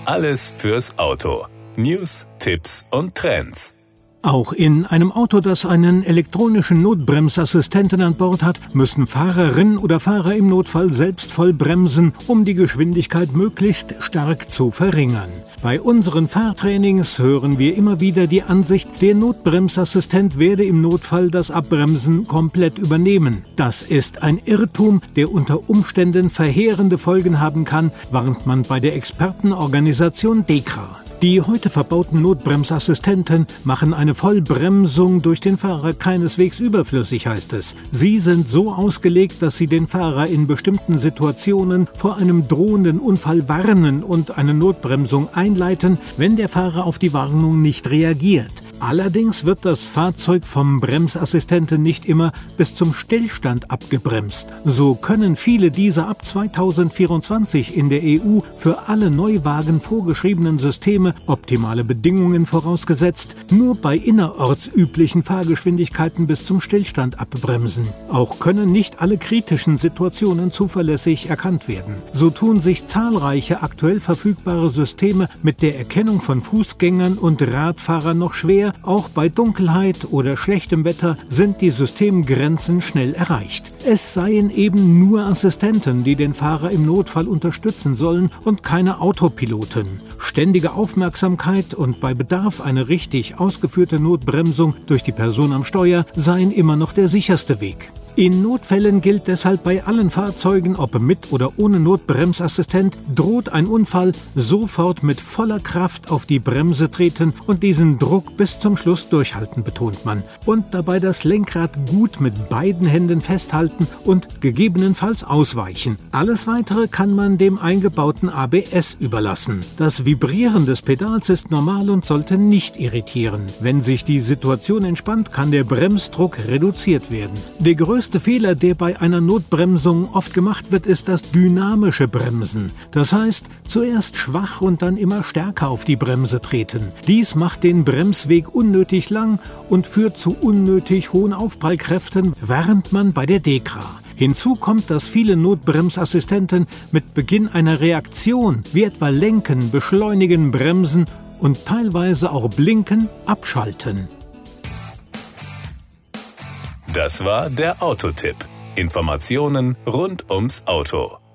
Alles fürs Auto. News, Tipps und Trends. Auch in einem Auto, das einen elektronischen Notbremsassistenten an Bord hat, müssen Fahrerinnen oder Fahrer im Notfall selbst voll bremsen, um die Geschwindigkeit möglichst stark zu verringern. Bei unseren Fahrtrainings hören wir immer wieder die Ansicht, der Notbremsassistent werde im Notfall das Abbremsen komplett übernehmen. Das ist ein Irrtum, der unter Umständen verheerende Folgen haben kann, warnt man bei der Expertenorganisation DEKRA. Die heute verbauten Notbremsassistenten machen eine Vollbremsung durch den Fahrer keineswegs überflüssig, heißt es. Sie sind so ausgelegt, dass sie den Fahrer in bestimmten Situationen vor einem drohenden Unfall warnen und eine Notbremsung einleiten, wenn der Fahrer auf die Warnung nicht reagiert. Allerdings wird das Fahrzeug vom Bremsassistenten nicht immer bis zum Stillstand abgebremst. So können viele dieser ab 2024 in der EU für alle Neuwagen vorgeschriebenen Systeme, optimale Bedingungen vorausgesetzt, nur bei innerortsüblichen Fahrgeschwindigkeiten bis zum Stillstand abbremsen. Auch können nicht alle kritischen Situationen zuverlässig erkannt werden. So tun sich zahlreiche aktuell verfügbare Systeme mit der Erkennung von Fußgängern und Radfahrern noch schwer. Auch bei Dunkelheit oder schlechtem Wetter sind die Systemgrenzen schnell erreicht. Es seien eben nur Assistenten, die den Fahrer im Notfall unterstützen sollen und keine Autopiloten. Ständige Aufmerksamkeit und bei Bedarf eine richtig ausgeführte Notbremsung durch die Person am Steuer seien immer noch der sicherste Weg. In Notfällen gilt deshalb bei allen Fahrzeugen, ob mit oder ohne Notbremsassistent, droht ein Unfall, sofort mit voller Kraft auf die Bremse treten und diesen Druck bis zum Schluss durchhalten, betont man. Und dabei das Lenkrad gut mit beiden Händen festhalten und gegebenenfalls ausweichen. Alles Weitere kann man dem eingebauten ABS überlassen. Das Vibrieren des Pedals ist normal und sollte nicht irritieren. Wenn sich die Situation entspannt, kann der Bremsdruck reduziert werden. Der größte Fehler, der bei einer Notbremsung oft gemacht wird, ist das dynamische Bremsen. Das heißt, zuerst schwach und dann immer stärker auf die Bremse treten. Dies macht den Bremsweg unnötig lang und führt zu unnötig hohen Aufprallkräften, warnt man bei der DEKRA. Hinzu kommt, dass viele Notbremsassistenten mit Beginn einer Reaktion, wie etwa Lenken, Beschleunigen, Bremsen und teilweise auch Blinken, abschalten. Das war der Autotipp. Informationen rund ums Auto.